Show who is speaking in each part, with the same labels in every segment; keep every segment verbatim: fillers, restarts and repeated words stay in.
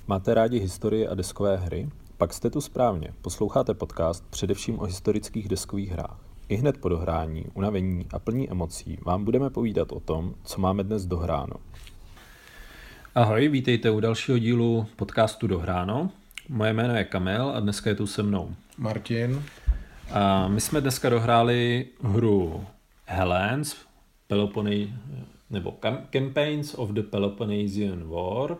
Speaker 1: Máte rádi historii a deskové hry? Pak jste tu správně. Posloucháte podcast především o historických deskových hrách. I hned po dohrání, unavení a plní emocí vám budeme povídat o tom, co máme dnes dohráno. Ahoj, vítejte u dalšího dílu podcastu Dohráno. Moje jméno je Kamil a dneska je tu se mnou
Speaker 2: Martin.
Speaker 1: A my jsme dneska dohráli hru Hellenes, Pelopone- nebo Campaigns of the Peloponnesian War.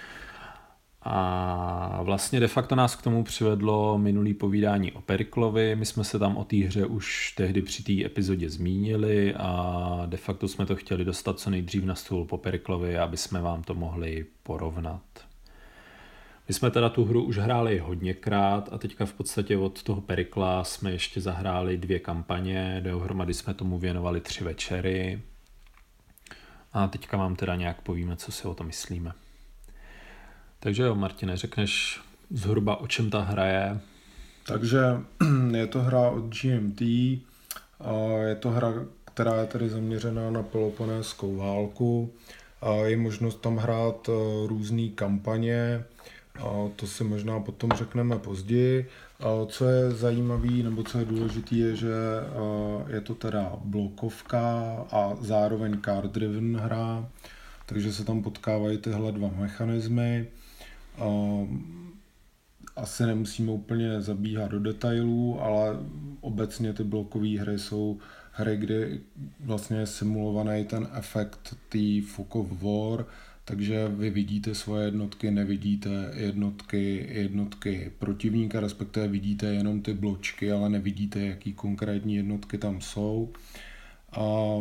Speaker 1: A vlastně de facto nás k tomu přivedlo minulý povídání o Periklovi. My jsme se tam o té hře už tehdy při té epizodě zmínili a de facto jsme to chtěli dostat co nejdřív na stůl po Periklovi, aby jsme vám to mohli porovnat. My jsme teda tu hru už hráli hodněkrát a teďka v podstatě od toho Perikla jsme ještě zahráli dvě kampaně, dohromady jsme tomu věnovali tři večery a teďka vám teda nějak povíme, co si o tom myslíme. Takže jo, Martine, řekneš zhruba, o čem ta hra je?
Speaker 2: Takže je to hra od G M T, je to hra, která je tedy zaměřená na Peloponéskou válku. Je možnost tam hrát různé kampaně, to si možná potom řekneme později. Co je zajímavé, nebo co je důležité, je, že je to teda blokovka a zároveň card-driven hra, takže se tam potkávají tyhle dva mechanismy. Asi nemusíme úplně zabíhat do detailů, ale obecně ty blokové hry jsou hry, kde vlastně je simulovaný ten efekt té Fog of War, takže vy vidíte svoje jednotky, nevidíte jednotky, jednotky protivníka, respektive vidíte jenom ty bločky, ale nevidíte, jaký konkrétní jednotky tam jsou. A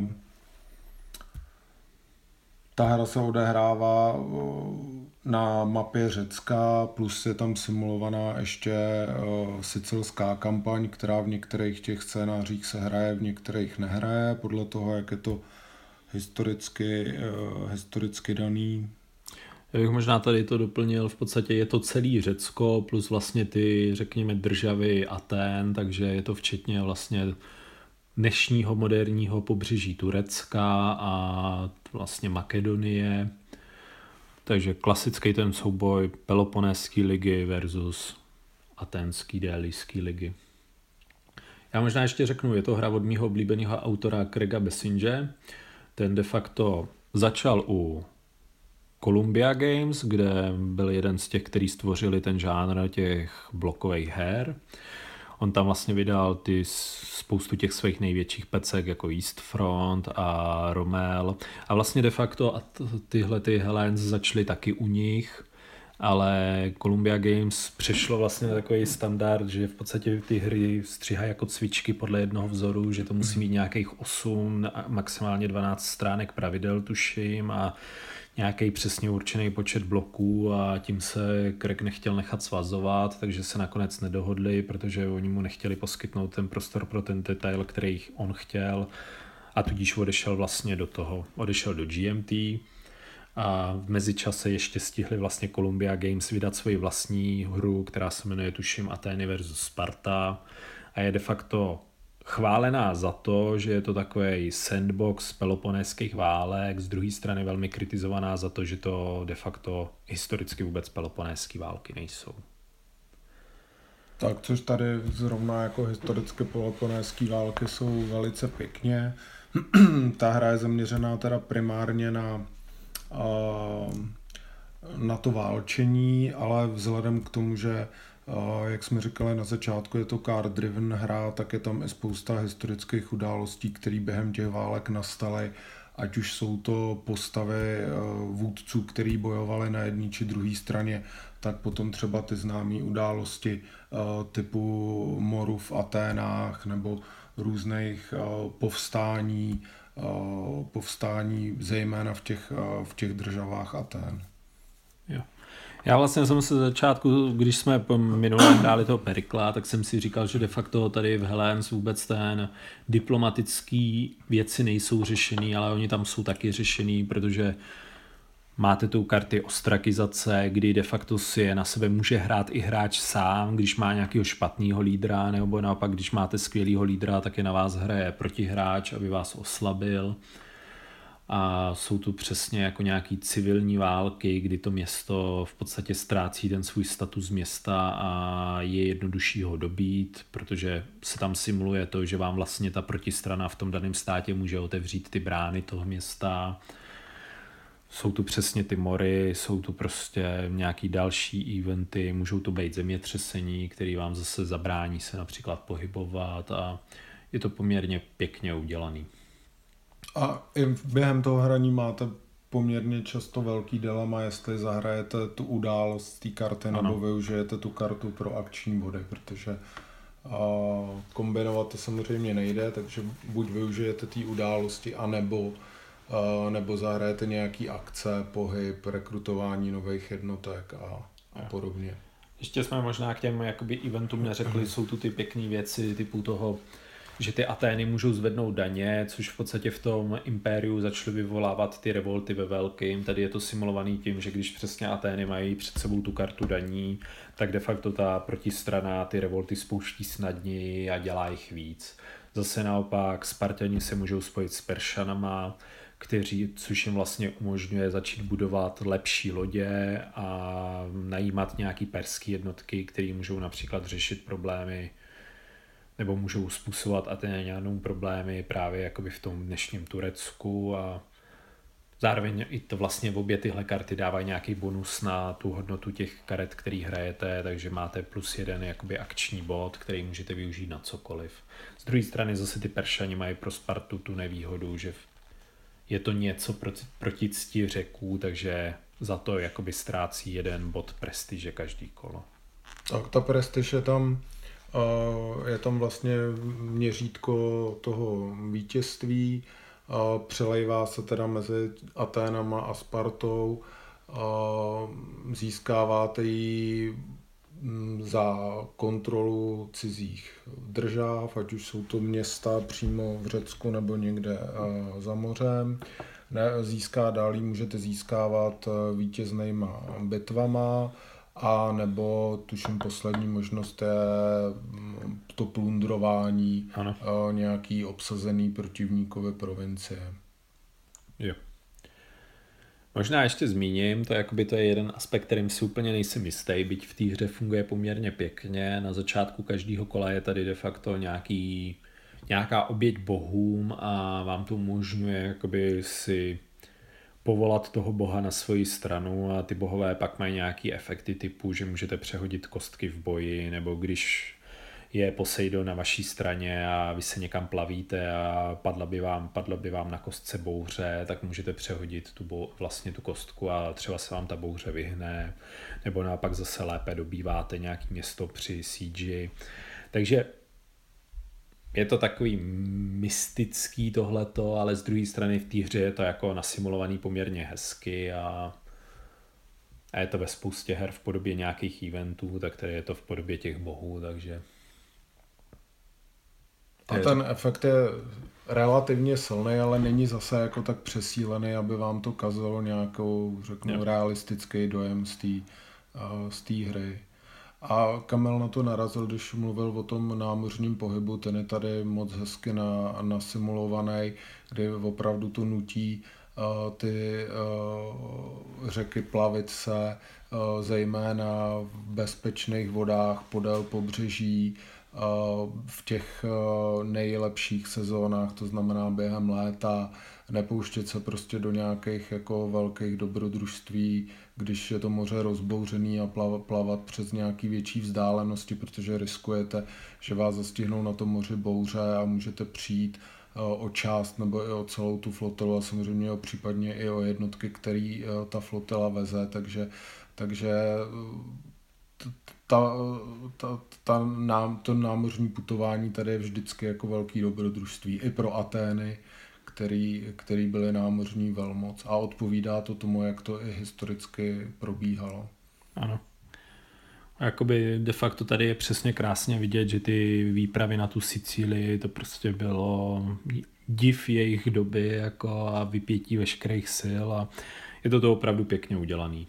Speaker 2: ta hra se odehrává na mapě Řecka, plus je tam simulovaná ještě sicilská kampaň, která v některých těch scénářích se hraje, v některých nehraje, podle toho, jak je to historicky, historicky daný.
Speaker 1: Já bych možná tady to doplnil, v podstatě je to celý Řecko, plus vlastně ty, řekněme, državy Athén, takže je to včetně vlastně dnešního moderního pobřeží Turecka a vlastně Makedonie. Takže klasický ten souboj Peloponéské ligy versus Athénské délijské ligy. Já možná ještě řeknu, je to hra od mýho oblíbeného autora Craiga Bassinge. Ten de facto začal u Columbia Games, kde byl jeden z těch, kteří stvořili ten žánr těch blokových her. On tam vlastně vydal ty spoustu těch svých největších pecek jako East Front a Rommel a vlastně de facto a tyhle ty Hellenes začaly taky u nich, ale Columbia Games přešlo vlastně na takový standard, že v podstatě ty hry stříhají jako cvičky podle jednoho vzoru, že to musí mít nějakých osm, maximálně dvanáct stránek pravidel tuším a nějaký přesně určený počet bloků a tím se Craig nechtěl nechat svazovat, takže se nakonec nedohodli, protože oni mu nechtěli poskytnout ten prostor pro ten detail, který on chtěl a tudíž odešel vlastně do toho, odešel do G M T a v mezičase ještě stihli vlastně Columbia Games vydat svoji vlastní hru, která se jmenuje tuším Athény versus Sparta a je de facto chválená za to, že je to takový sandbox peloponéských válek, z druhé strany velmi kritizovaná za to, že to de facto historicky vůbec peloponéské války nejsou.
Speaker 2: Tak, což tady zrovna jako historicky peloponéské války jsou velice pěkně. Ta hra je zaměřená teda primárně na, na to válčení, ale vzhledem k tomu, že jak jsme říkali na začátku, je to card-driven hra, tak je tam i spousta historických událostí, které během těch válek nastaly, ať už jsou to postavy vůdců, který bojovali na jedné či druhé straně, tak potom třeba ty známé události typu moru v Aténách nebo různých povstání, povstání zejména v těch, v těch državách Atén.
Speaker 1: Jo. Já vlastně jsem se začátku, když jsme minule hráli toho Perikla, tak jsem si říkal, že de facto tady v Hellenes vůbec ten diplomatický věci nejsou řešený, ale oni tam jsou taky řešený, protože máte tu karty ostrakizace, kdy de facto si je na sebe může hrát i hráč sám, když má nějakého špatného lídra, nebo naopak, když máte skvělého lídra, tak je na vás hraje protihráč, aby vás oslabil. a jsou tu přesně jako nějaký civilní války, kdy to město v podstatě ztrácí ten svůj status města a je jednodušší ho dobít, protože se tam simuluje to, že vám vlastně ta protistrana v tom daném státě může otevřít ty brány toho města. Jsou tu přesně ty mory, jsou tu prostě nějaký další eventy, můžou to být zemětřesení, které vám zase zabrání se například pohybovat a je to poměrně pěkně udělaný.
Speaker 2: A i během toho hraní máte poměrně často velký dilema, jestli zahrajete tu událost z té karty, ano, nebo využijete tu kartu pro akční body, protože a, kombinovat to samozřejmě nejde, takže buď využijete té události, anebo, a, nebo zahrajete nějaký akce, pohyb, rekrutování nových jednotek a, a podobně.
Speaker 1: Ještě jsme možná k těm jakoby eventům neřekli, jsou tu ty pěkné věci typu toho, že ty Atény můžou zvednout daně, což v podstatě v tom impériu začaly vyvolávat ty revolty ve velkým. Tady je to simulovaný tím, že když přesně Atény mají před sebou tu kartu daní, tak de facto ta protistrana ty revolty spouští snadněji a dělá jich víc. Zase naopak Spartani se můžou spojit s Peršanama, kteří, což jim vlastně umožňuje začít budovat lepší lodě a najímat nějaký perský jednotky, které můžou například řešit problémy nebo můžou způsobovat Atéňanům problémy právě jakoby v tom dnešním Turecku a zároveň i to vlastně v obě tyhle karty dávají nějaký bonus na tu hodnotu těch karet, který hrajete, takže máte plus jeden jakoby akční bod, který můžete využít na cokoliv. Z druhé strany zase ty Peršani mají pro Spartu tu nevýhodu, že je to něco proti, proti cti Řeků, takže za to jakoby ztrácí jeden bod prestiže každý kolo.
Speaker 2: Tak ta prestiž je tam je tam vlastně měřítko toho vítězství, přelejvá se teda mezi Aténama a Spartou, získáváte ji za kontrolu cizích držav, ať už jsou to města přímo v Řecku nebo někde za mořem. Získá dál můžete získávat vítěznýma bitvama, a nebo tuším poslední možnost je to plundrování ano. nějaký obsazený protivníkové provincie.
Speaker 1: Jo. Možná ještě zmíním, to, jakoby to je jeden aspekt, kterým si úplně nejsem jistý, byť v té hře funguje poměrně pěkně. Na začátku každého kola je tady de facto nějaký, nějaká oběť bohům a vám to umožňuje jakoby si povolat toho boha na svoji stranu a ty bohové pak mají nějaký efekty typu, že můžete přehodit kostky v boji, nebo když je Poseidon na vaší straně a vy se někam plavíte a padla by vám, padla by vám na kostce bouře, tak můžete přehodit tu bo, vlastně tu kostku a třeba se vám ta bouře vyhne, nebo naopak zase lépe dobýváte nějaké město při siege. Takže je to takový mystický tohleto, ale z druhé strany v té hře je to jako nasimulovaný poměrně hezky a, a je to ve spoustě her v podobě nějakých eventů, tak tady je to v podobě těch bohů, takže...
Speaker 2: A ten efekt je relativně silný, ale není zase jako tak přesílený, aby vám to kazalo nějakou, řeknu, jo. realistický dojem z té uh, z té hry. A Kamil na to narazil, když mluvil o tom námořním pohybu, ten je tady moc hezky na, nasimulovaný, kdy opravdu to nutí uh, ty uh, řeky plavit se, uh, zejména v bezpečných vodách podél pobřeží, uh, v těch uh, nejlepších sezónách, to znamená během léta, nepouštět se prostě do nějakých jako velkých dobrodružství, když je to moře rozbouřený a plavat přes nějaký větší vzdálenosti, protože riskujete, že vás zastihnou na tom moři bouře a můžete přijít o část nebo i o celou tu flotilu a samozřejmě o, případně i o jednotky, který ta flotila veze, takže, takže ta, ta, ta, nám, to námořní putování tady je vždycky jako velký dobrodružství i pro Atény, který, který byly námořní velmoc a odpovídá to tomu, jak to i historicky probíhalo.
Speaker 1: Ano. A jakoby de facto tady je přesně krásně vidět, že ty výpravy na tu Sicílii, to prostě bylo div jejich doby jako a vypětí veškerých sil a je to to opravdu pěkně udělaný.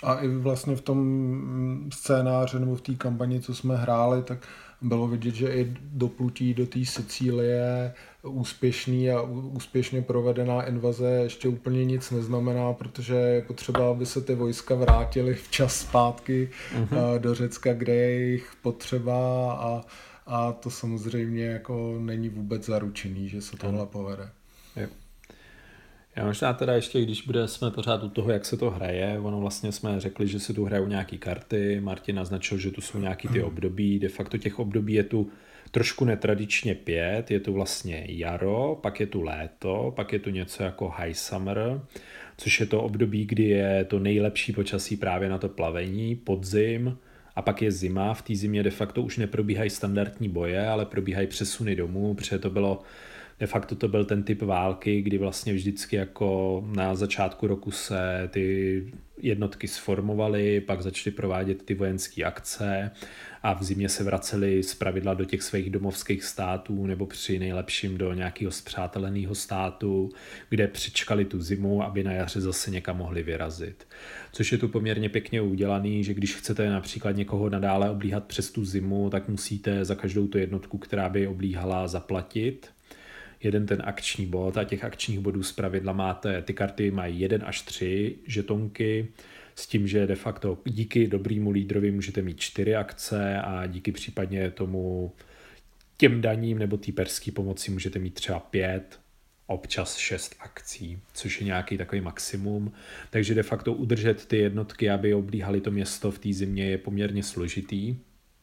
Speaker 2: A i vlastně v tom scénáři nebo v té kampani, co jsme hráli, tak bylo vidět, že i doplutí do té Sicílie úspěšný a úspěšně provedená invaze ještě úplně nic neznamená, protože je potřeba, aby se ty vojska vrátily včas zpátky uh-huh. do Řecka, kde je jich potřeba a, a to samozřejmě jako není vůbec zaručený, že se tohle uh-huh. povede.
Speaker 1: Jo. Já možná teda ještě, když bude, jsme pořád u toho, jak se to hraje, ono vlastně jsme řekli, že se tu hrajou nějaký karty, Martin naznačil, že tu jsou nějaký ty období, de facto těch období je tu trošku netradičně pět, je tu vlastně jaro, pak je tu léto, pak je tu něco jako high summer, což je to období, kdy je to nejlepší počasí právě na to plavení, podzim, a pak je zima, v té zimě de facto už neprobíhají standardní boje, ale probíhají přesuny domů, protože to bylo de facto to byl ten typ války, kdy vlastně vždycky jako na začátku roku se ty jednotky sformovaly, pak začaly provádět ty vojenské akce a v zimě se vraceli zpravidla do těch svých domovských států nebo při nejlepším do nějakého spřáteleného státu, kde přičkali tu zimu, aby na jaře zase někam mohli vyrazit. Což je tu poměrně pěkně udělaný, že když chcete například někoho nadále oblíhat přes tu zimu, tak musíte za každou tu jednotku, která by oblíhala, zaplatit jeden ten akční bod a těch akčních bodů zpravidla máte, ty karty mají jeden až tři žetonky s tím, že de facto díky dobrýmu lídrovi můžete mít čtyři akce a díky případně tomu těm daním nebo té perské pomoci můžete mít třeba pět, občas šest akcí, což je nějaký takový maximum. Takže de facto udržet ty jednotky, aby oblíhali to město v té zimě, je poměrně složitý.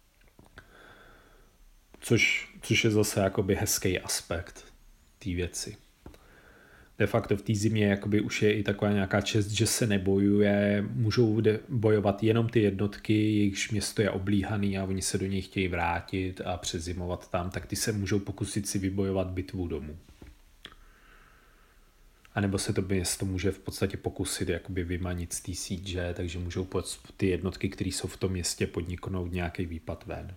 Speaker 1: Což, což je zase jakoby hezký aspekt té věci. De facto v té zimě jakoby už je i taková nějaká čest, že se nebojuje, můžou bojovat jenom ty jednotky, jejichž město je oblíhaný a oni se do něj chtějí vrátit a přezimovat tam, tak ty se můžou pokusit si vybojovat bitvu domů. A nebo se to město může v podstatě pokusit jakoby vymanit z té sídže, takže můžou ty jednotky, které jsou v tom městě, podniknout nějaký výpad ven.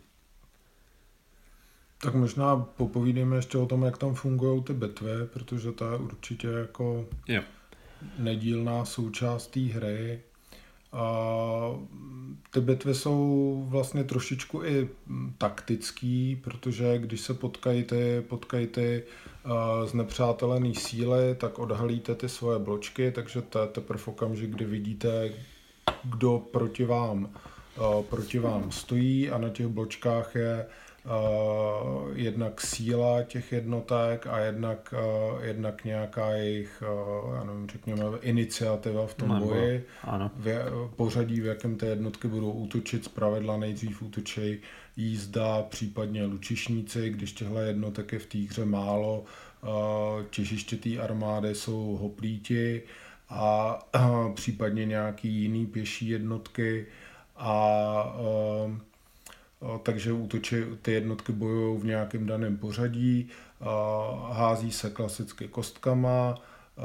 Speaker 2: Tak možná popovídejme ještě o tom, jak tam fungují ty bitvy, protože to je určitě jako
Speaker 1: jo.
Speaker 2: nedílná součást té hry. A ty bitvy jsou vlastně trošičku i taktický, protože když se potkají ty, potkají ty uh, znepřátelený síly, tak odhalíte ty svoje bločky, takže to je teprve okamžik, kdy vidíte, kdo proti vám, uh, proti vám stojí a na těch bločkách je Uh, jednak síla těch jednotek a jednak, uh, jednak nějaká jejich, uh, já nevím, řekněme, iniciativa v tom
Speaker 1: no,
Speaker 2: boji.
Speaker 1: Ano.
Speaker 2: V pořadí, v jakém ty jednotky budou útočit, zpravidla nejdřív útočí jízda, případně lučišníci, když těchto jednotek je v té hře málo. Uh, těžiště té armády jsou hoplíti a uh, případně nějaký jiný pěší jednotky a uh, takže útočí, ty jednotky bojují v nějakém daném pořadí, hází se klasicky kostkama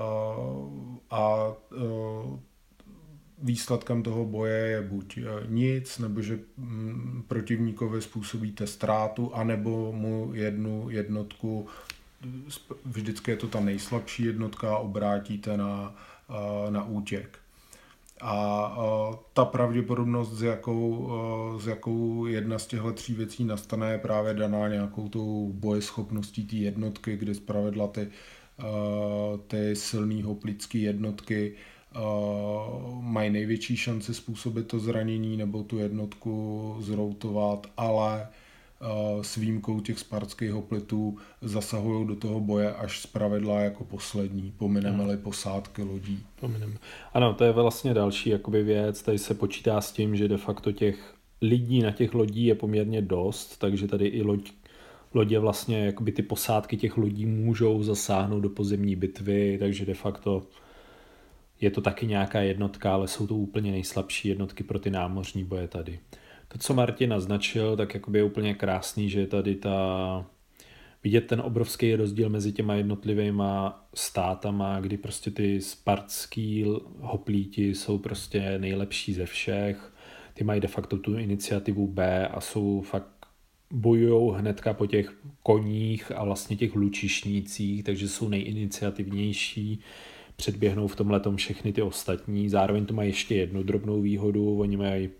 Speaker 2: a výsledkem toho boje je buď nic, nebo že protivníkovi způsobíte ztrátu, anebo mu jednu jednotku, vždycky je to ta nejslabší jednotka, obrátíte na, na útěk. A uh, ta pravděpodobnost, s jakou, uh, s jakou jedna z těchto tří věcí nastane, je právě daná nějakou tou bojeschopností té jednotky, kdy zpravidla ty, uh, ty silný hoplické jednotky uh, mají největší šanci způsobit to zranění nebo tu jednotku zroutovat, ale s výjimkou těch spartských hoplitů zasahují do toho boje až zpravidla jako poslední, pomineme-li posádky lodí.
Speaker 1: Pomineme. Ano, to je vlastně další jakoby věc, tady se počítá s tím, že de facto těch lidí na těch lodí je poměrně dost, takže tady i loď, lodě vlastně, jakoby ty posádky těch lodí můžou zasáhnout do pozemní bitvy, takže de facto je to taky nějaká jednotka, ale jsou to úplně nejslabší jednotky pro ty námořní boje tady. To, co Martin naznačil, tak jakoby je úplně krásný, že je tady ta vidět ten obrovský rozdíl mezi těma jednotlivýma státama, kdy prostě ty spartský hoplíti jsou prostě nejlepší ze všech. Ty mají de facto tu iniciativu B a jsou fakt bojujou hnedka po těch koních a vlastně těch lučišnících, takže jsou nejiniciativnější. předběhnou v tomhletom všechny ty ostatní. Zároveň to mají ještě jednu drobnou výhodu, oni mají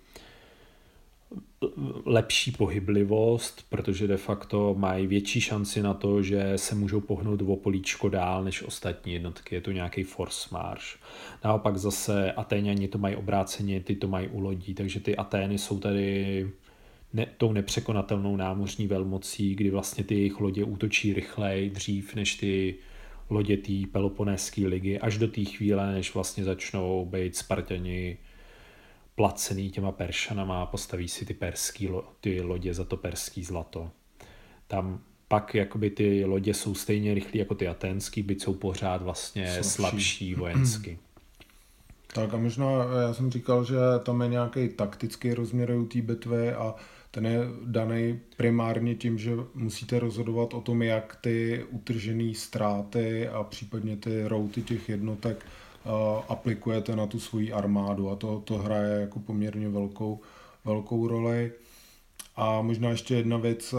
Speaker 1: lepší pohyblivost, protože de facto mají větší šanci na to, že se můžou pohnout o políčko dál než ostatní jednotky. Je to nějaký force march. Naopak zase Atéňani to mají obráceně, ty to mají u lodí, takže ty Atény jsou tady ne, tou nepřekonatelnou námořní velmocí, kdy vlastně ty jejich lodě útočí rychleji, dřív než ty lodě té Peloponéské ligy, až do té chvíle, než vlastně začnou být Spartani placený těma Peršanama a postaví si ty perský, ty lodě za to perský zlato. Tam pak jakoby ty lodě jsou stejně rychlí jako ty aténský, byť jsou pořád vlastně slabší, slabší vojensky.
Speaker 2: Tak a možná já jsem říkal, že tam je nějaký taktický rozměr u té bitvy a ten je daný primárně tím, že musíte rozhodovat o tom, jak ty utržené ztráty a případně ty routy těch jednotek aplikujete na tu svoji armádu a to, to hraje jako poměrně velkou, velkou roli. A možná ještě jedna věc,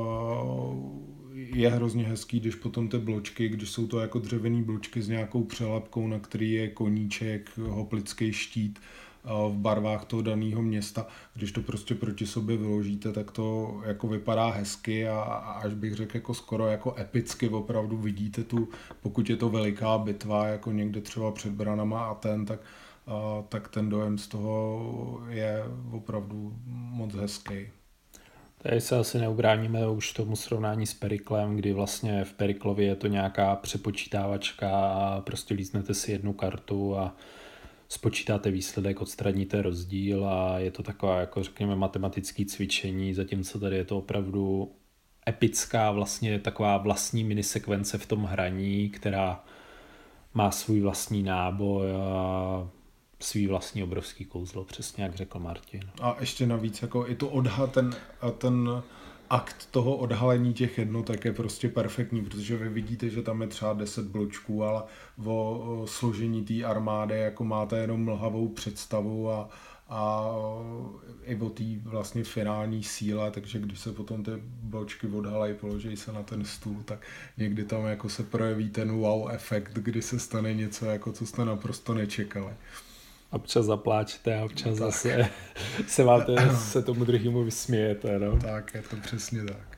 Speaker 2: je hrozně hezký, když potom ty bločky, když jsou to jako dřevěný bločky s nějakou přelepkou, na který je koníček, hoplický štít v barvách toho daného města, když to prostě proti sobě vyložíte, tak to jako vypadá hezky a až bych řekl jako skoro jako epicky opravdu vidíte tu, pokud je to veliká bitva, jako někde třeba před branama Aten, tak, tak ten dojem z toho je opravdu moc hezký.
Speaker 1: Tady se asi neubráníme už tomu srovnání s Periklem, kdy vlastně v Periklově je to nějaká přepočítávačka a prostě líznete si jednu kartu a spočítáte výsledek, odstraníte rozdíl a je to taková, jako řekněme, matematické cvičení, zatímco tady je to opravdu epická, vlastně taková vlastní minisekvence v tom hraní, která má svůj vlastní náboj a svý vlastní obrovský kouzlo, přesně jak řekl Martin.
Speaker 2: A ještě navíc, jako i to odha, ten, ten akt toho odhalení těch jednotek je prostě perfektní, protože vy vidíte, že tam je třeba deset bločků, ale o složení té armády jako máte jenom mlhavou představu a, a i o té vlastně finální síle, takže když se potom ty bločky odhalají, položí se na ten stůl, tak někdy tam jako se projeví ten wow efekt, kdy se stane něco, jako co jste naprosto nečekali.
Speaker 1: Občas zapláčete a občas tak. zase se máte se tomu druhému vysmějete, no?
Speaker 2: Tak, je to přesně tak.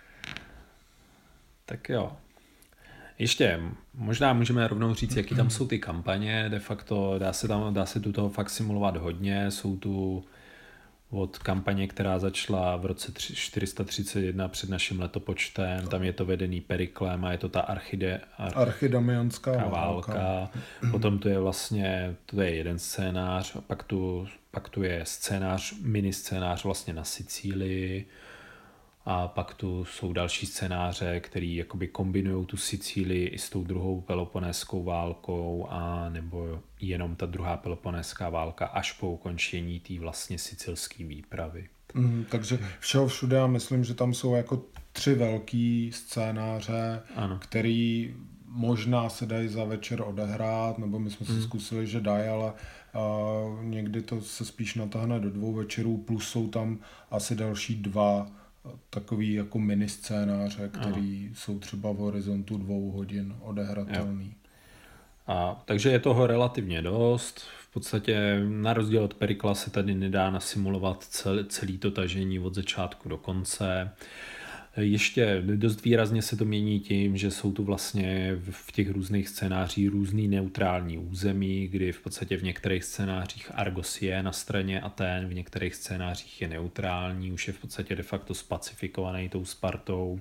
Speaker 1: Tak jo. Ještě možná můžeme rovnou říct, jaký tam jsou ty kampaně. De facto dá se tam, dá se tu toho fakt simulovat hodně. Jsou tu od kampaně, která začala v roce čtyři sta třicet jedna před naším letopočtem. Tak. Tam je to vedený Periklem a je to ta archide, arch,
Speaker 2: archidamianská válka.
Speaker 1: válka. Potom tu je vlastně, to je jeden scénář, a pak tu, pak tu je scénář, mini scénář vlastně na Sicílii. A pak tu jsou další scénáře, který jakoby kombinují tu Sicílii i s tou druhou Peloponéskou válkou a nebo jenom ta druhá Peloponéská válka až po ukončení té vlastně sicilské výpravy.
Speaker 2: Mm, takže všeho všude já myslím, že tam jsou jako tři velký scénáře, ano. Který možná se dají za večer odehrát, nebo my jsme si mm. zkusili, že dají, ale uh, někdy to se spíš natáhne do dvou večerů, plus jsou tam asi další dva takový jako mini scénáře, který Aha. jsou třeba v horizontu dvou hodin odehratelný. Jo.
Speaker 1: A, takže je toho relativně dost. V podstatě na rozdíl od Perikla se tady nedá nasimulovat celý, celý to tažení od začátku do konce. Ještě dost výrazně se to mění tím, že jsou tu vlastně v těch různých scénářích různý neutrální území, kdy v podstatě v některých scénářích Argos je na straně Aten, v některých scénářích je neutrální, už je v podstatě de facto spacifikovaný tou Spartou.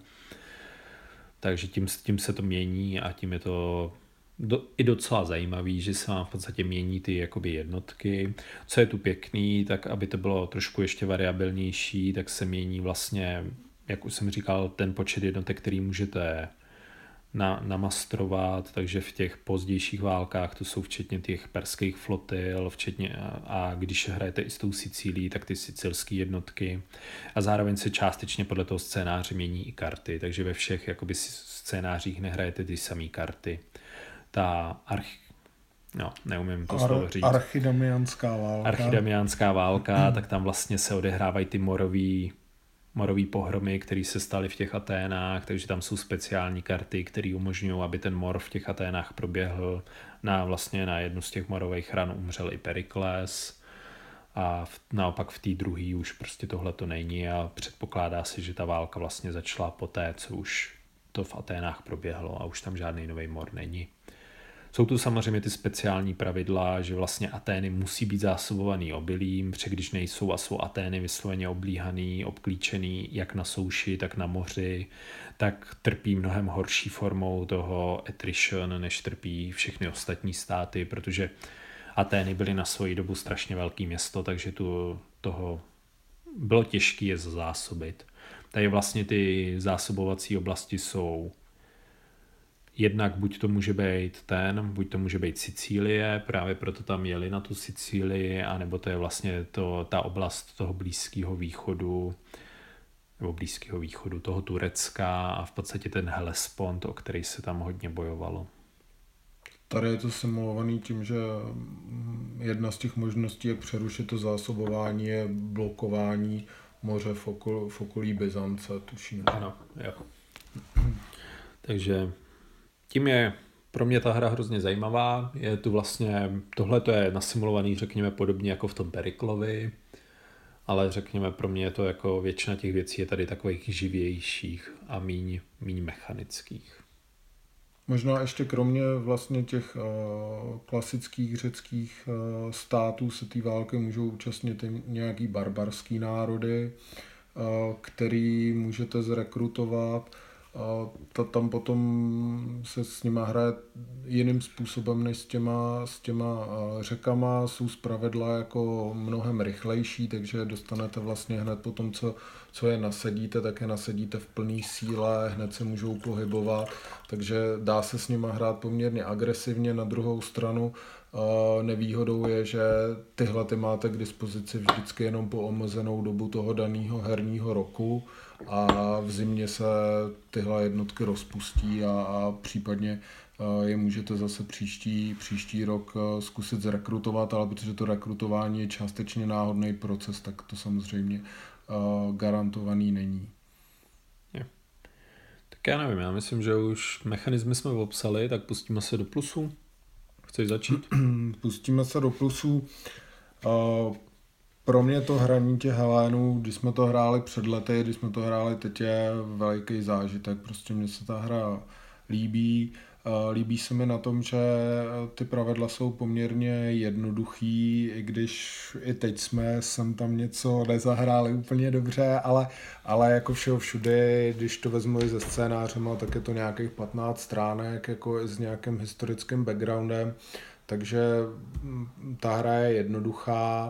Speaker 1: Takže tím, tím se to mění a tím je to do, i docela zajímavý, že se vám v podstatě mění ty jakoby jednotky. Co je tu pěkný, tak aby to bylo trošku ještě variabilnější, tak se mění vlastně, jak už jsem říkal, ten počet jednotek, který můžete na, namastrovat, takže v těch pozdějších válkách to jsou včetně těch perských flotil, včetně, a když hrajete i s tou Sicílií, tak ty sicilské jednotky. A zároveň se částečně podle toho scénáře mění i karty, takže ve všech jakoby scénářích nehrajete ty samé karty. Ta arch... No, neumím to Ar- slovo říct.
Speaker 2: Archidamianská válka.
Speaker 1: Archidamianská válka, hmm. tak tam vlastně se odehrávají ty morový morový pohromy, které se staly v těch Aténách, takže tam jsou speciální karty, které umožňují, aby ten mor v těch Aténách proběhl. Na, vlastně na jednu z těch morových ran umřel i Perikles a v, naopak v té druhé už prostě tohle to není a předpokládá se, že ta válka vlastně začala poté, co už to v Aténách proběhlo a už tam žádný nový mor není. Jsou tu samozřejmě ty speciální pravidla, že vlastně Atény musí být zásobovaný obilím, protože když nejsou a jsou Atény vysloveně oblíhaný, obklíčený jak na souši, tak na moři, tak trpí mnohem horší formou toho attrition, než trpí všechny ostatní státy, protože Atény byly na svoji dobu strašně velký město, takže tu, toho bylo těžké je zásobit. Tady vlastně ty zásobovací oblasti jsou jednak buď to může být ten, buď to může být Sicílie, právě proto tam jeli na tu Sicílii, anebo to je vlastně to, ta oblast toho Blízkého východu, nebo Blízkého východu, toho Turecka a v podstatě ten Hellespont, o který se tam hodně bojovalo.
Speaker 2: Tady je to simulovaný tím, že jedna z těch možností, jak přerušit to zásobování, je blokování moře v, okol, v okolí Byzance, tuším.
Speaker 1: Ano, jo. Takže tím je pro mě ta hra hrozně zajímavá. Je tu vlastně, tohle to je nasimulovaný, řekněme, podobně jako v tom Periklovi, ale řekněme, pro mě je to jako většina těch věcí je tady takových živějších a míň, míň mechanických.
Speaker 2: Možná ještě kromě vlastně těch uh, klasických řeckých uh, států se té války můžou účastnit nějaký barbarský národy, uh, který můžete zrekrutovat. Uh, ta, tam potom se s nima hraje jiným způsobem než s těma, s těma uh, řekama, jsou zpravidla jako mnohem rychlejší, takže dostanete vlastně hned po tom, co, co je nasadíte, tak je nasadíte v plný síle, hned se můžou pohybovat, takže dá se s nima hrát poměrně agresivně. Na druhou stranu uh, nevýhodou je, že tyhle ty máte k dispozici vždycky jenom po omezenou dobu toho daného herního roku a v zimě se tyhle jednotky rozpustí a, a případně uh, je můžete zase příští, příští rok uh, zkusit zrekrutovat, ale protože to rekrutování je částečně náhodný proces, tak to samozřejmě uh, garantovaný není.
Speaker 1: Je. Tak já nevím, já myslím, že už mechanismy jsme popsali, tak pustíme se do plusu. Chceš začít?
Speaker 2: Pustíme se do plusu. Uh, Pro mě to hraní těch Helénů, když jsme to hráli před lety, když jsme to hráli teď, je veliký zážitek. Prostě mně se ta hra líbí. Líbí se mi na tom, že ty pravidla jsou poměrně jednoduchý, i když i teď jsme sem tam něco nezahráli úplně dobře, ale, ale jako všeho všude, když to vezmu i se scénářem, tak je to nějakých patnáct stránek, jako i s nějakým historickým backgroundem, takže ta hra je jednoduchá.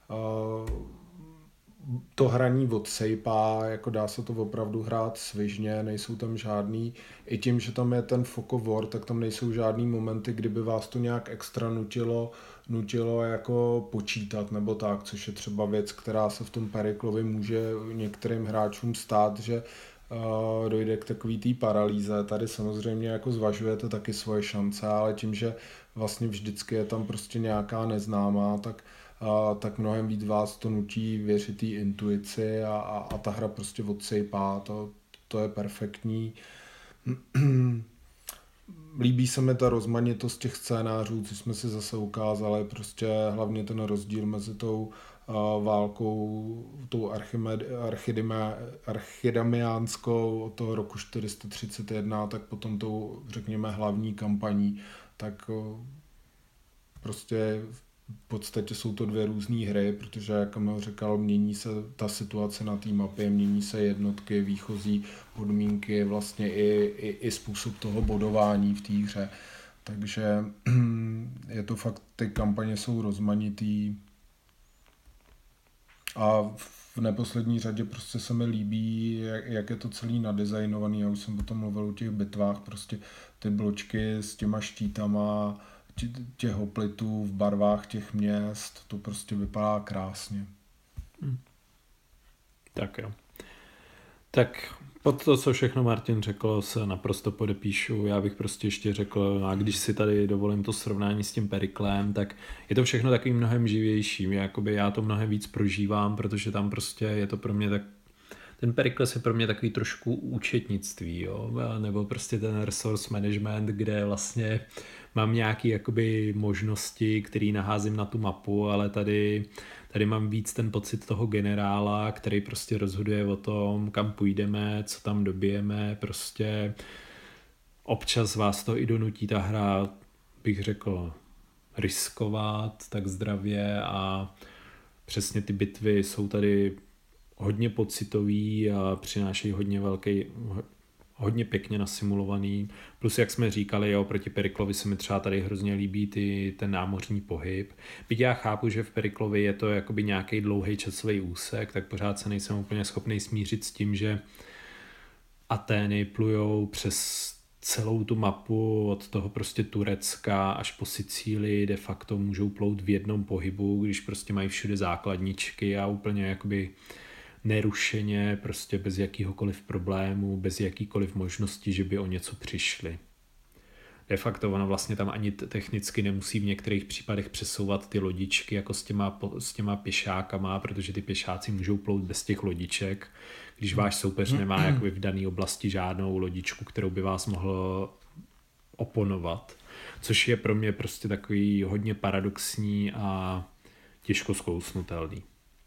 Speaker 2: To hraní odsejpá, jako dá se to opravdu hrát svižně, nejsou tam žádný, i tím, že tam je ten fog of war, tak tam nejsou žádný momenty, kdyby vás to nějak extra nutilo, nutilo jako počítat nebo tak, což je třeba věc, která se v tom Periklovi může některým hráčům stát, že uh, dojde k takový té paralýze. Tady samozřejmě jako zvažujete taky svoje šance, ale tím, že vlastně vždycky je tam prostě nějaká neznámá, tak Uh, tak mnohem víc vás to nutí věřit té intuici a, a, a ta hra prostě odsejpá, to, to je perfektní. Líbí se mi ta rozmanitost těch scénářů, co jsme si zase ukázali, prostě hlavně ten rozdíl mezi tou uh, válkou, tou archidamiánskou od toho roku čtyři sta třicet jedna, tak potom tou, řekněme, hlavní kampaní, tak uh, prostě v podstatě jsou to dvě různé hry, protože, jak Kamil říkal, mění se ta situace na té mapě, mění se jednotky, výchozí podmínky, vlastně i, i, i způsob toho bodování v té hře. Takže je to fakt, ty kampaně jsou rozmanitý a v neposlední řadě prostě se mi líbí, jak, jak je to celý nadizajnovaný. Já už jsem o tom mluvil o těch bitvách, prostě ty bločky s těma štítama, těch hoplitů v barvách těch měst, to prostě vypadá krásně.
Speaker 1: Hmm. Tak jo. Tak pod to, co všechno Martin řekl, se naprosto podepíšu. Já bych prostě ještě řekl, a když si tady dovolím to srovnání s tím Periklem, tak je to všechno takový mnohem živější. Jakoby já to mnohem víc prožívám, protože tam prostě je to pro mě tak ten Perikles je pro mě takový trošku účetnictví, jo? Nebo prostě ten resource management, kde vlastně mám nějaké jakoby možnosti, které naházím na tu mapu, ale tady, tady mám víc ten pocit toho generála, který prostě rozhoduje o tom, kam půjdeme, co tam dobijeme, prostě občas vás to i donutí ta hra, bych řekl, riskovat tak zdravě a přesně ty bitvy jsou tady hodně pocitový a přinášejí hodně velký, hodně pěkně nasimulovaný. Plus, jak jsme říkali, jo, proti Periklovi se mi třeba tady hrozně líbí ty, ten námořní pohyb. Byť já chápu, že v Periklovi je to jakoby nějaký dlouhý časový úsek, tak pořád se nejsem úplně schopný smířit s tím, že Atény plujou přes celou tu mapu od toho prostě Turecka až po Sicílii, de facto můžou plout v jednom pohybu, když prostě mají všude základničky a úplně jakoby nerušeně, prostě bez jakýhokoliv problému, bez jakýkoliv možnosti, že by o něco přišli. De facto ono vlastně tam ani technicky nemusí v některých případech přesouvat ty lodičky jako s těma, s těma pěšákama, protože ty pěšáci můžou plout bez těch lodiček, když váš soupeř nemá jakoby v dané oblasti žádnou lodičku, kterou by vás mohl oponovat. Což je pro mě prostě takový hodně paradoxní a těžko zkousnutelný.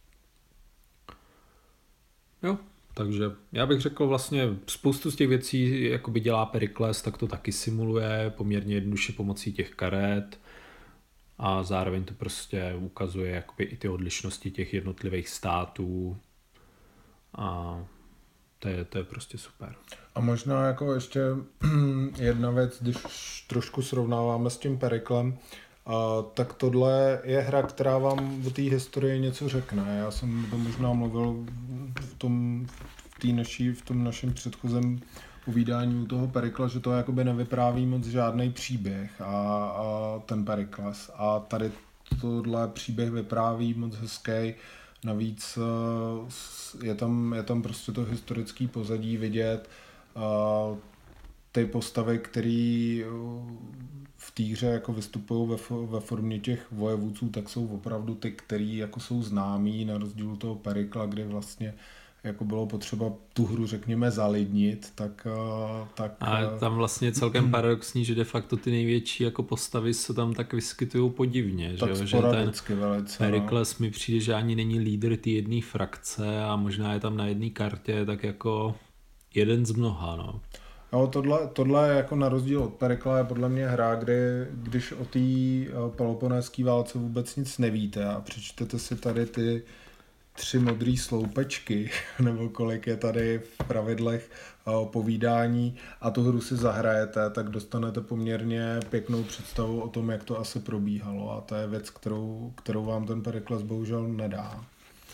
Speaker 1: Jo, takže já bych řekl vlastně spoustu z těch věcí, jakoby dělá Perikles, tak to taky simuluje poměrně jednoduše pomocí těch karet a zároveň to prostě ukazuje jakoby i ty odlišnosti těch jednotlivých států a to je, to je prostě super.
Speaker 2: A možná jako ještě jedna věc, když trošku srovnáváme s tím Periklem, a tak tohle je hra, která vám o té historii něco řekne. Já jsem to možná mluvil v tom, v té naší, v tom našem předchozím povídání u toho Perikla, že to jakoby nevypráví moc žádný příběh a, a ten Perikles. A tady tohle příběh vypráví moc hezký. Navíc je tam, je tam prostě to historické pozadí vidět. Ty postavy, které v té hře jako vystupují ve, ve formě těch vojevůdců, tak jsou opravdu ty, který jako jsou známí, na rozdíl od toho Perikla, kdy vlastně jako bylo potřeba tu hru, řekněme, zalidnit, tak... tak
Speaker 1: a tam vlastně celkem paradoxní, že de facto ty největší jako postavy se tam tak vyskytují podivně,
Speaker 2: tak
Speaker 1: že, že ten
Speaker 2: velice,
Speaker 1: Perikles no. mi přijde, že ani není lídr té jedné frakce a možná je tam na jedné kartě tak jako jeden z mnoha, no.
Speaker 2: No, tohle, tohle je jako na rozdíl od Perikla je podle mě hra, kdy, když o té Peloponéské válce vůbec nic nevíte a přečtete si tady ty tři modrý sloupečky, nebo kolik je tady v pravidlech povídání a tu hru si zahrajete, tak dostanete poměrně pěknou představu o tom, jak to asi probíhalo a to je věc, kterou, kterou vám ten Perikles bohužel nedá.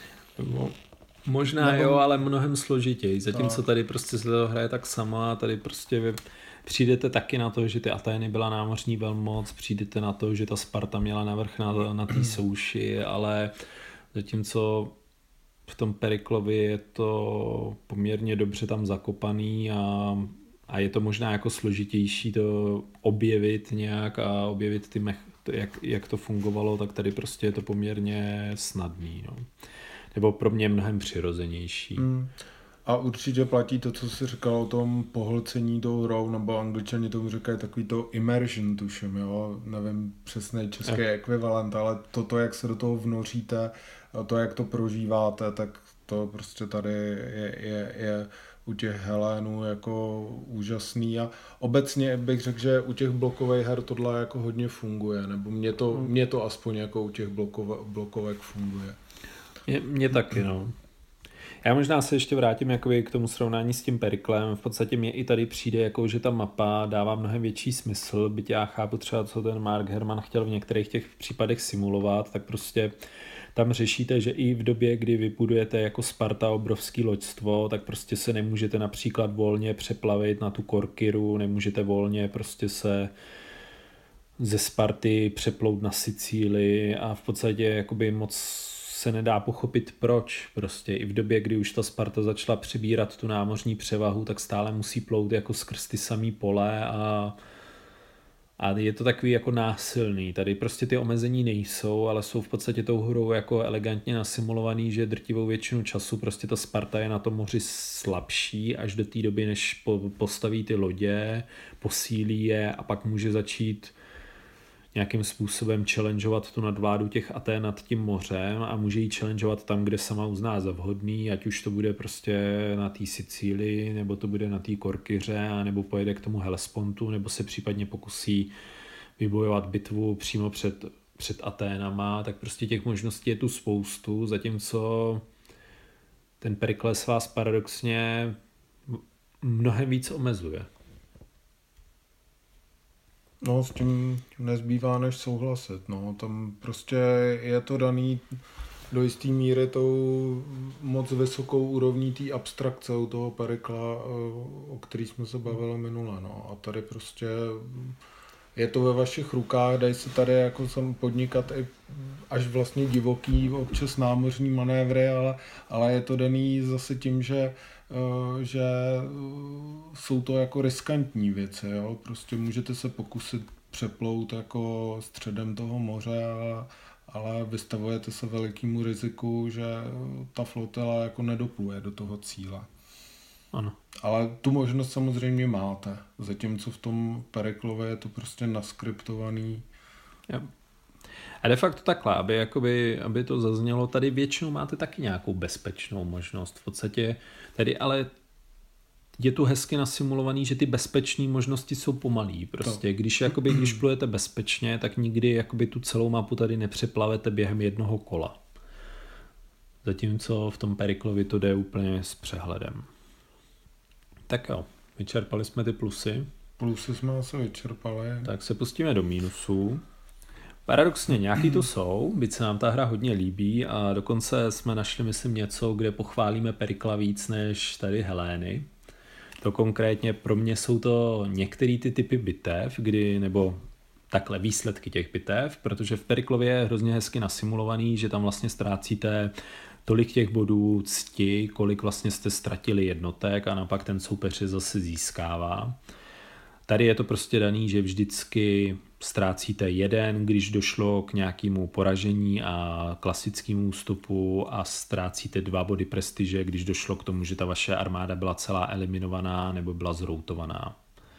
Speaker 1: No. Možná nebo... jo, ale mnohem složitěji. Zatímco tady prostě se to hraje tak sama a tady prostě vy přijdete taky na to, že ty Atény byla námořní velmoc, přijdete na to, že ta Sparta měla navrch na, na té souši, ale zatímco v tom Periklovi je to poměrně dobře tam zakopaný a, a je to možná jako složitější to objevit nějak a objevit ty mech, jak, jak to fungovalo, tak tady prostě je to poměrně snadný, no. Nebo pro mě mnohem přirozenější. Hmm.
Speaker 2: A určitě platí to, co jsi říkal o tom pohlcení tou hrou, nebo Angličani tomu říkají takový to immersion, tuším, jo, nevím přesný český jak. ekvivalent, ale toto, jak se do toho vnoříte, to, jak to prožíváte, tak to prostě tady je, je, je u těch Helénů jako úžasný a obecně bych řekl, že u těch blokových her tohle jako hodně funguje, nebo mě to, hmm. mě to aspoň jako u těch blokove, blokovek funguje.
Speaker 1: Je, mě taky, no. Já možná se ještě vrátím jakoby k tomu srovnání s tím Periklem. V podstatě mě i tady přijde, jako, že ta mapa dává mnohem větší smysl, byť já chápu třeba, co ten Mark Herman chtěl v některých těch případech simulovat, tak prostě tam řešíte, že i v době, kdy vybudujete jako Sparta obrovský loďstvo, tak prostě se nemůžete například volně přeplavit na tu Korkyru, nemůžete volně prostě se ze Sparty přeplout na Sicílii a v podstatě jakoby moc se nedá pochopit proč. Prostě i v době, kdy už ta Sparta začala přebírat tu námořní převahu, tak stále musí plout jako skrz ty samý pole a, A je to takový jako násilný. Tady prostě ty omezení nejsou, ale jsou v podstatě tou hrou jako elegantně nasimulovaný, že drtivou většinu času prostě ta Sparta je na tom moři slabší až do té doby, než po, postaví ty lodě, posílí je a pak může začít nějakým způsobem challengeovat tu nadvládu těch Atén nad tím mořem a může ji challengeovat tam, kde sama uzná za vhodný, ať už to bude prostě na té Sicílii, nebo to bude na té Korkyře, nebo pojede k tomu Hellespontu, nebo se případně pokusí vybojovat bitvu přímo před, před Aténama, tak prostě těch možností je tu spoustu, zatímco ten Perikles vás paradoxně mnohem víc omezuje.
Speaker 2: No, s tím nezbývá než souhlasit, no, tam prostě je to daný do jisté míry tou moc vysokou úrovní té abstrakce u toho Perikla, o který jsme se bavili minule, no, a tady prostě je to ve vašich rukách, dají se tady jako sem podnikat i až vlastně divoký, občas námořní manévry, ale, ale je to daný zase tím, že že jsou to jako riskantní věci, jo? Prostě můžete se pokusit přeplout jako středem toho moře, ale, ale vystavujete se velikému riziku, že ta flotila jako nedopluje do toho cíle.
Speaker 1: Ano.
Speaker 2: Ale tu možnost samozřejmě máte, zatímco v tom Periklově je to prostě naskriptovaný.
Speaker 1: Jo. A de facto takhle, aby, jakoby, aby to zaznělo, tady většinou máte taky nějakou bezpečnou možnost. V podstatě tady ale je tu hezky nasimulovaný, že ty bezpečné možnosti jsou pomalý. Prostě když, jakoby, když plujete bezpečně, tak nikdy jakoby, tu celou mapu tady nepřeplavete během jednoho kola. Zatímco v tom Periklovi to jde úplně s přehledem. Tak jo, vyčerpali jsme ty plusy.
Speaker 2: Plusy jsme asi vyčerpali.
Speaker 1: Tak se pustíme do mínusů. Paradoxně nějaký to jsou, byť se nám ta hra hodně líbí a dokonce jsme našli, myslím, něco, kde pochválíme Perikla víc než tady Helény. To konkrétně pro mě jsou to některé ty typy bitev, kdy, nebo takhle výsledky těch bitev, protože v Periklově je hrozně hezky nasimulovaný, že tam vlastně ztrácíte tolik těch bodů cti, kolik vlastně jste ztratili jednotek a napak ten soupeř je zase získává. Tady je to prostě daný, že vždycky ztrácíte jeden, když došlo k nějakému poražení a klasickému ústupu a ztrácíte dva body prestiže, když došlo k tomu, že ta vaše armáda byla celá eliminovaná nebo byla zroutovaná.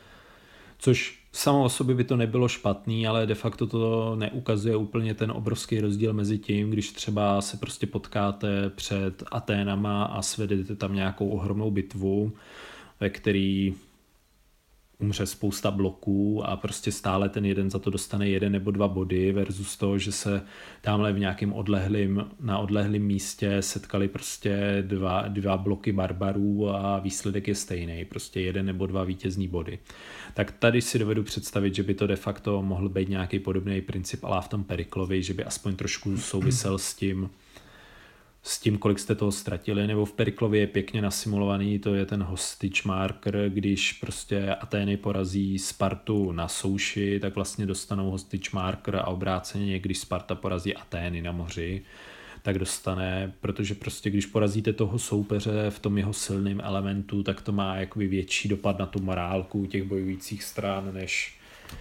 Speaker 1: Což samo o sobě by to nebylo špatný, ale de facto to neukazuje úplně ten obrovský rozdíl mezi tím, když třeba se prostě potkáte před Aténama a svedete tam nějakou ohromnou bitvu, ve který umře spousta bloků a prostě stále ten jeden za to dostane jeden nebo dva body versus to, že se tamhle v nějakém odlehlým, na odlehlém místě setkali prostě dva, dva bloky barbarů a výsledek je stejný, prostě jeden nebo dva vítězný body. Tak tady si dovedu představit, že by to de facto mohl být nějaký podobný princip ale v tom Periklovi, že by aspoň trošku souvisel s tím, s tím, kolik jste toho ztratili, nebo v Periklově je pěkně nasimulovaný, to je ten hostage marker, když prostě Atény porazí Spartu na souši, tak vlastně dostanou hostage marker a obráceně, když Sparta porazí Atény na moři, tak dostane, protože prostě když porazíte toho soupeře v tom jeho silném elementu, tak to má jakoby větší dopad na tu morálku těch bojujících stran, než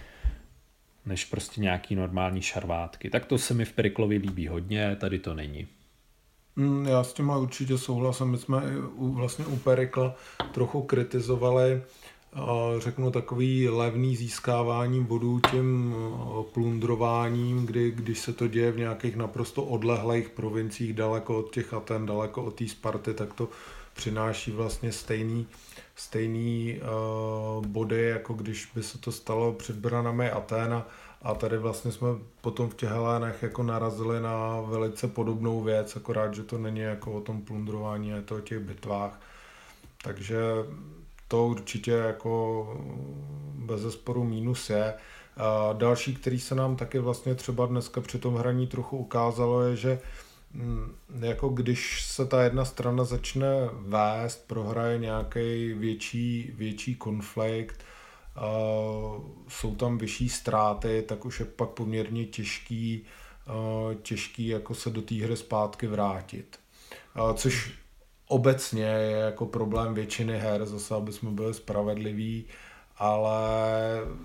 Speaker 1: než prostě nějaký normální šarvátky. Tak to se mi v Periklovi líbí hodně, tady to není.
Speaker 2: Já s tím určitě souhlasím. My jsme u, vlastně u Perikla trochu kritizovali, řeknu, takový levný získávání bodů tím plundrováním, kdy když se to děje v nějakých naprosto odlehlých provinciích, daleko od těch Aten, daleko od té Sparty, tak to přináší vlastně stejný, stejný uh, body, jako když by se to stalo před branami Aténa. A tady vlastně jsme potom v těch Helénech jako narazili na velice podobnou věc, akorát, že to není jako o tom plundrování, je to o těch bitvách. Takže to určitě jako bezesporu mínus je. A další, který se nám taky vlastně třeba dneska při tom hraní trochu ukázalo, je, že jako když se ta jedna strana začne vést, prohraje nějaký větší, větší konflikt, Uh, jsou tam vyšší ztráty, tak už je pak poměrně těžký, uh, těžký jako se do té hry zpátky vrátit. Uh, což obecně je jako problém většiny her, zase aby jsme byli spravedliví, ale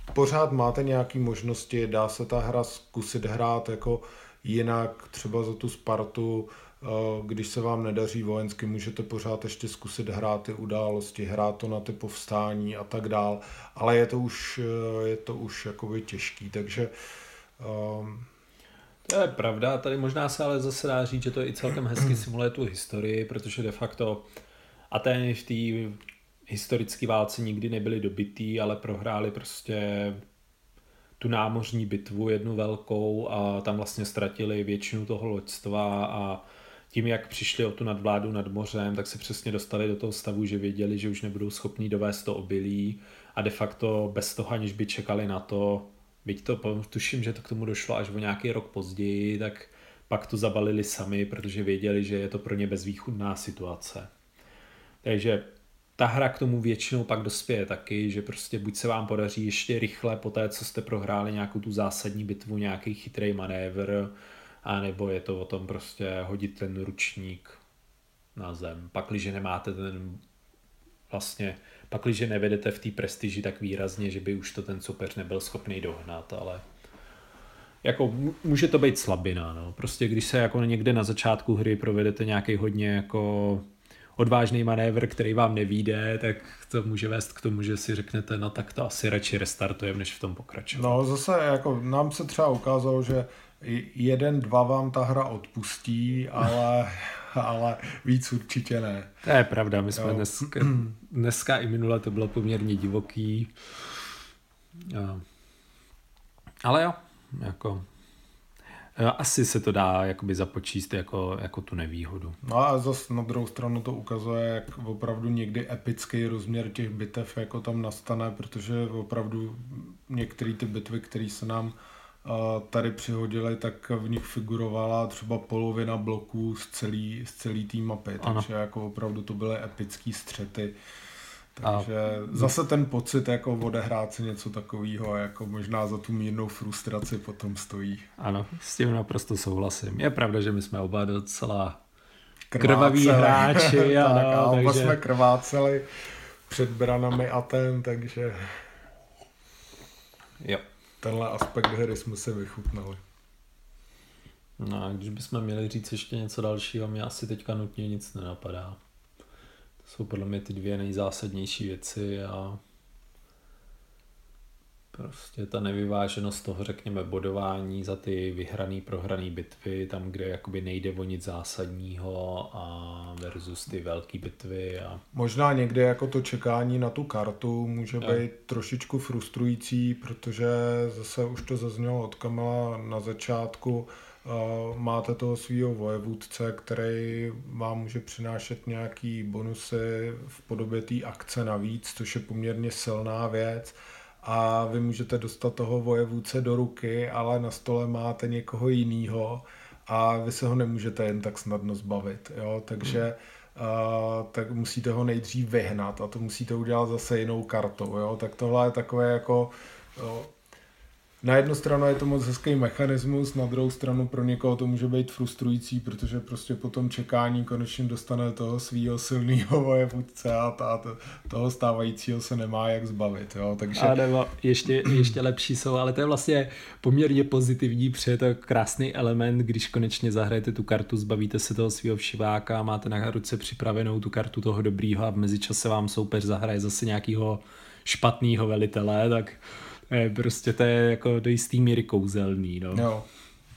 Speaker 2: pořád máte nějaké možnosti, dá se ta hra zkusit hrát jako jinak, třeba za tu Spartu, když se vám nedaří vojensky, můžete pořád ještě zkusit hrát ty události, hrát to na ty povstání a tak dál, ale je to už, je to už jakoby těžký, takže um...
Speaker 1: To je pravda, tady možná se ale zase dá říct, že to i celkem hezky simuluje tu historii, protože de facto Atény v té historické válce nikdy nebyly dobytý, ale prohráli prostě tu námořní bitvu jednu velkou a tam vlastně ztratili většinu toho loďstva a tím, jak přišli o tu nadvládu nad mořem, tak se přesně dostali do toho stavu, že věděli, že už nebudou schopní dovést to obilí a de facto bez toho, aniž by čekali na to, byť to tuším, že to k tomu došlo až o nějaký rok později, tak pak to zabalili sami, protože věděli, že je to pro ně bezvýchodná situace. Takže ta hra k tomu většinou pak dospěje taky, že prostě buď se vám podaří ještě rychle po té, co jste prohráli nějakou tu zásadní bitvu, nějaký chytrý manévr, a nebo je to o tom prostě hodit ten ručník na zem. Pakliže nemáte ten vlastně, pakliže nevedete v té prestiži tak výrazně, že by už to ten soupeř nebyl schopný dohnat, ale jako může to být slabina, no. Prostě když se jako někde na začátku hry provedete nějaký hodně jako odvážný manévr, který vám nevyjde, tak to může vést k tomu, že si řeknete, no tak to asi radši restartujeme, než v tom pokračovat.
Speaker 2: No zase jako nám se třeba ukázalo, že jeden, dva vám ta hra odpustí, ale, ale víc určitě ne.
Speaker 1: To je pravda, my jsme dneska, dneska i minule to bylo poměrně divoký. Ale jo, jako asi se to dá jakoby započíst jako, jako tu nevýhodu.
Speaker 2: No a zase na druhou stranu to ukazuje, jak opravdu někdy epický rozměr těch bitev jako tam nastane, protože opravdu některé ty bitvy, které se nám tady přihodily, tak v nich figurovala třeba polovina bloků z celé z celý té mapy,
Speaker 1: ano.
Speaker 2: Takže jako opravdu to byly epický střety. Takže a... zase ten pocit jako odehrát si něco takového, jako možná za tu mírnou frustraci potom stojí.
Speaker 1: Ano, s tím naprosto souhlasím. Je pravda, že my jsme oba docela krvaví hráči.
Speaker 2: Ano, tak, a oba
Speaker 1: takže...
Speaker 2: jsme krváceli před branami Aten, takže
Speaker 1: jo.
Speaker 2: Tenhle aspekt hry jsme si vychutnali.
Speaker 1: No a když bychom měli říct ještě něco dalšího, mě asi teďka nutně nic nenapadá. To jsou podle mě ty dvě nejzásadnější věci a prostě ta nevyváženost toho, řekněme, bodování za ty vyhraný, prohraný bitvy, tam, kde jakoby nejde o nic zásadního a versus ty velké bitvy. A...
Speaker 2: Možná někde jako to čekání na tu kartu může být je. trošičku frustrující, protože zase už to zaznělo od Kamila na začátku, Uh, máte toho svýho vojevůdce, který vám může přinášet nějaký bonusy v podobě té akce navíc, což je poměrně silná věc a vy můžete dostat toho vojevůdce do ruky, ale na stole máte někoho jinýho a vy se ho nemůžete jen tak snadno zbavit, jo? Takže uh, tak musíte ho nejdřív vyhnat a to musíte udělat zase jinou kartou, jo? Tak tohle je takové jako... Jo, na jednu stranu je to moc hezký mechanismus, na druhou stranu pro někoho to může být frustrující, protože prostě po tom čekání konečně dostane toho svýho silného vojevůdce a ta, to, toho stávajícího se nemá jak zbavit. Jo? Takže...
Speaker 1: A nebo ještě, ještě lepší jsou, ale to je vlastně poměrně pozitivní, protože je to krásný element, když konečně zahrajete tu kartu, zbavíte se toho svýho všiváka, máte na ruce připravenou tu kartu toho dobrýho a v mezičase vám soupeř zahraje zase nějakýho špatného velitele, tak je, prostě to je jako do jistý míry kouzelný, no.
Speaker 2: Jo.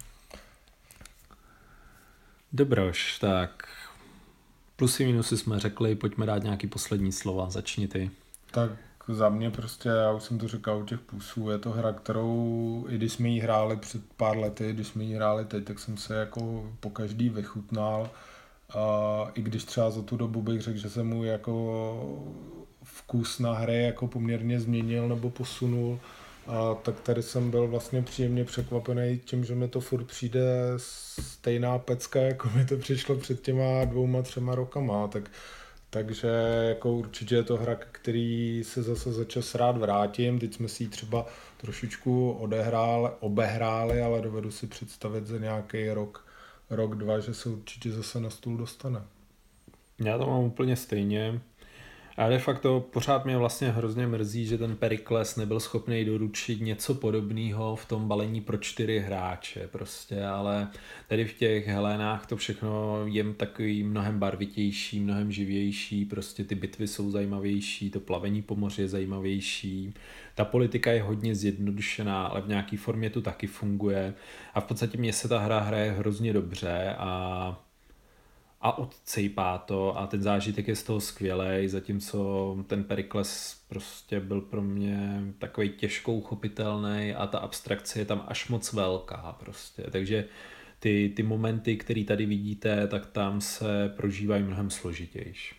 Speaker 1: Dobroš, tak plusy, minusy jsme řekli, pojďme dát nějaký poslední slova, začni ty.
Speaker 2: Tak za mě prostě, já už jsem to říkal u těch plusů, je to hra, kterou, i když jsme ji hráli před pár lety, když jsme ji hráli teď, tak jsem se jako po každý vychutnal. A i když třeba za tu dobu bych řekl, že se mu jako vkus na hry jako poměrně změnil nebo posunul, a tak tady jsem byl vlastně příjemně překvapený tím, že mi to furt přijde stejná pecka, jako mi to přišlo před těma dvouma, třema rokama. Tak, takže jako určitě je to hra, který se zase za čas rád vrátím. Teď jsme si ji třeba trošičku odehráli, obehráli, ale dovedu si představit za nějaký rok, rok, dva, že se určitě zase na stůl dostane.
Speaker 1: Já to mám úplně stejně. A de facto pořád mě vlastně hrozně mrzí, že ten Perikles nebyl schopný doručit něco podobného v tom balení pro čtyři hráče prostě, ale tady v těch Helénách to všechno je takový mnohem barvitější, mnohem živější, prostě ty bitvy jsou zajímavější, to plavení po moři je zajímavější, ta politika je hodně zjednodušená, ale v nějaký formě to taky funguje a v podstatě mně se ta hra hraje hrozně dobře a a odcejpá to a ten zážitek je z toho skvělej, zatímco ten Perikles prostě byl pro mě takový těžko uchopitelný a ta abstrakce je tam až moc velká prostě, takže ty, ty momenty, které tady vidíte, tak tam se prožívají mnohem složitější.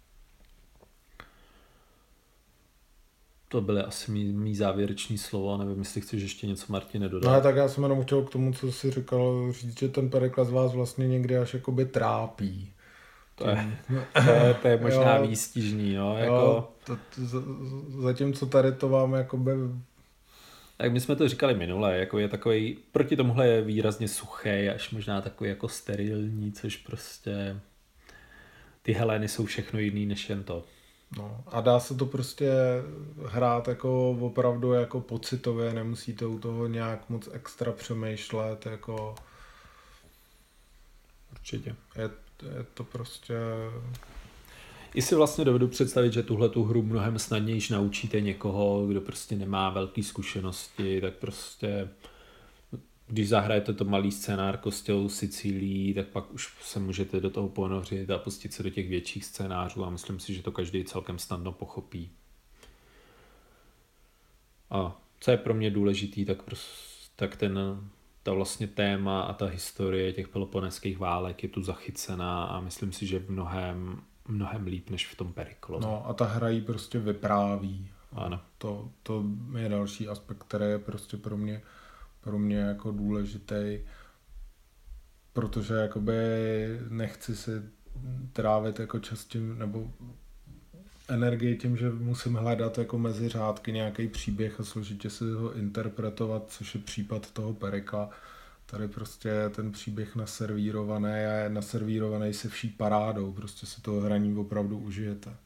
Speaker 1: To byly asi mý, mý závěrečný slovo, nevím, jestli chceš ještě něco, Martine, dodat.
Speaker 2: No tak já jsem jenom chtěl k tomu, co jsi říkal, říct, že ten Perikles vás vlastně někdy až jakoby trápí.
Speaker 1: To je, to je, to je možná jo, výstižný, no, jako...
Speaker 2: Jo, to, to, zatímco tady to vám jakoby...
Speaker 1: Tak my jsme to říkali minule, jako je takový, proti tomuhle je výrazně suchý, až možná takový jako sterilní, což prostě... Ty Heleny jsou všechno jiný než jen to.
Speaker 2: No, a dá se to prostě hrát jako opravdu jako pocitově, nemusíte u toho nějak moc extra přemýšlet, jako...
Speaker 1: Určitě.
Speaker 2: Je, je to prostě...
Speaker 1: I si vlastně dovedu představit, že tuhle tu hru mnohem snadnější naučíte někoho, kdo prostě nemá velké zkušenosti, tak prostě... Když zahrajete to malý scénář Kostěl Sicílií, tak pak už se můžete do toho ponořit a pustit se do těch větších scénářů a myslím si, že to každý celkem snadno pochopí. A co je pro mě důležitý, tak, prostě, tak ten, ta vlastně téma a ta historie těch peloponeských válek je tu zachycená a myslím si, že mnohem, mnohem líp než v tom Periklu.
Speaker 2: No a ta hra jí prostě vypráví.
Speaker 1: Ano.
Speaker 2: To, to je další aspekt, který je prostě pro mě pro mě jako důležitý, protože jakoby nechci si trávit jako čas tím, nebo energii tím, že musím hledat jako mezi řádky nějaký příběh a složitě si ho interpretovat, což je případ toho Perikla. Tady prostě ten příběh naservírovaný a je naservírovaný se vší parádou, prostě si toho hraní opravdu užijete.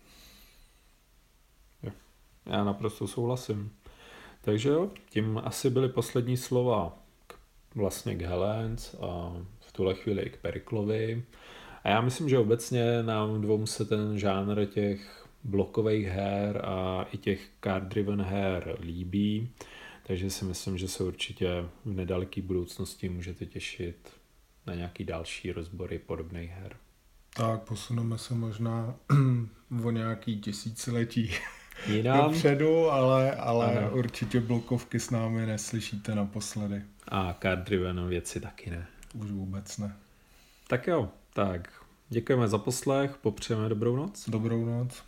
Speaker 1: Já naprosto souhlasím. Takže jo, tím asi byly poslední slova k, vlastně k Helens a v tuhle chvíli i k Periklovi. A já myslím, že obecně nám dvou se ten žánr těch blokových her a i těch card-driven her líbí. Takže si myslím, že se určitě v nedaleké budoucnosti můžete těšit na nějaký další rozbory podobných her.
Speaker 2: Tak, posuneme se možná o nějaký tisíciletí.
Speaker 1: Jinam.
Speaker 2: Dopředu, ale, ale určitě blokovky s námi neslyšíte naposledy.
Speaker 1: A card-driven věci taky ne.
Speaker 2: Už vůbec ne.
Speaker 1: Tak jo, tak děkujeme za poslech, popřejeme dobrou noc.
Speaker 2: Dobrou noc.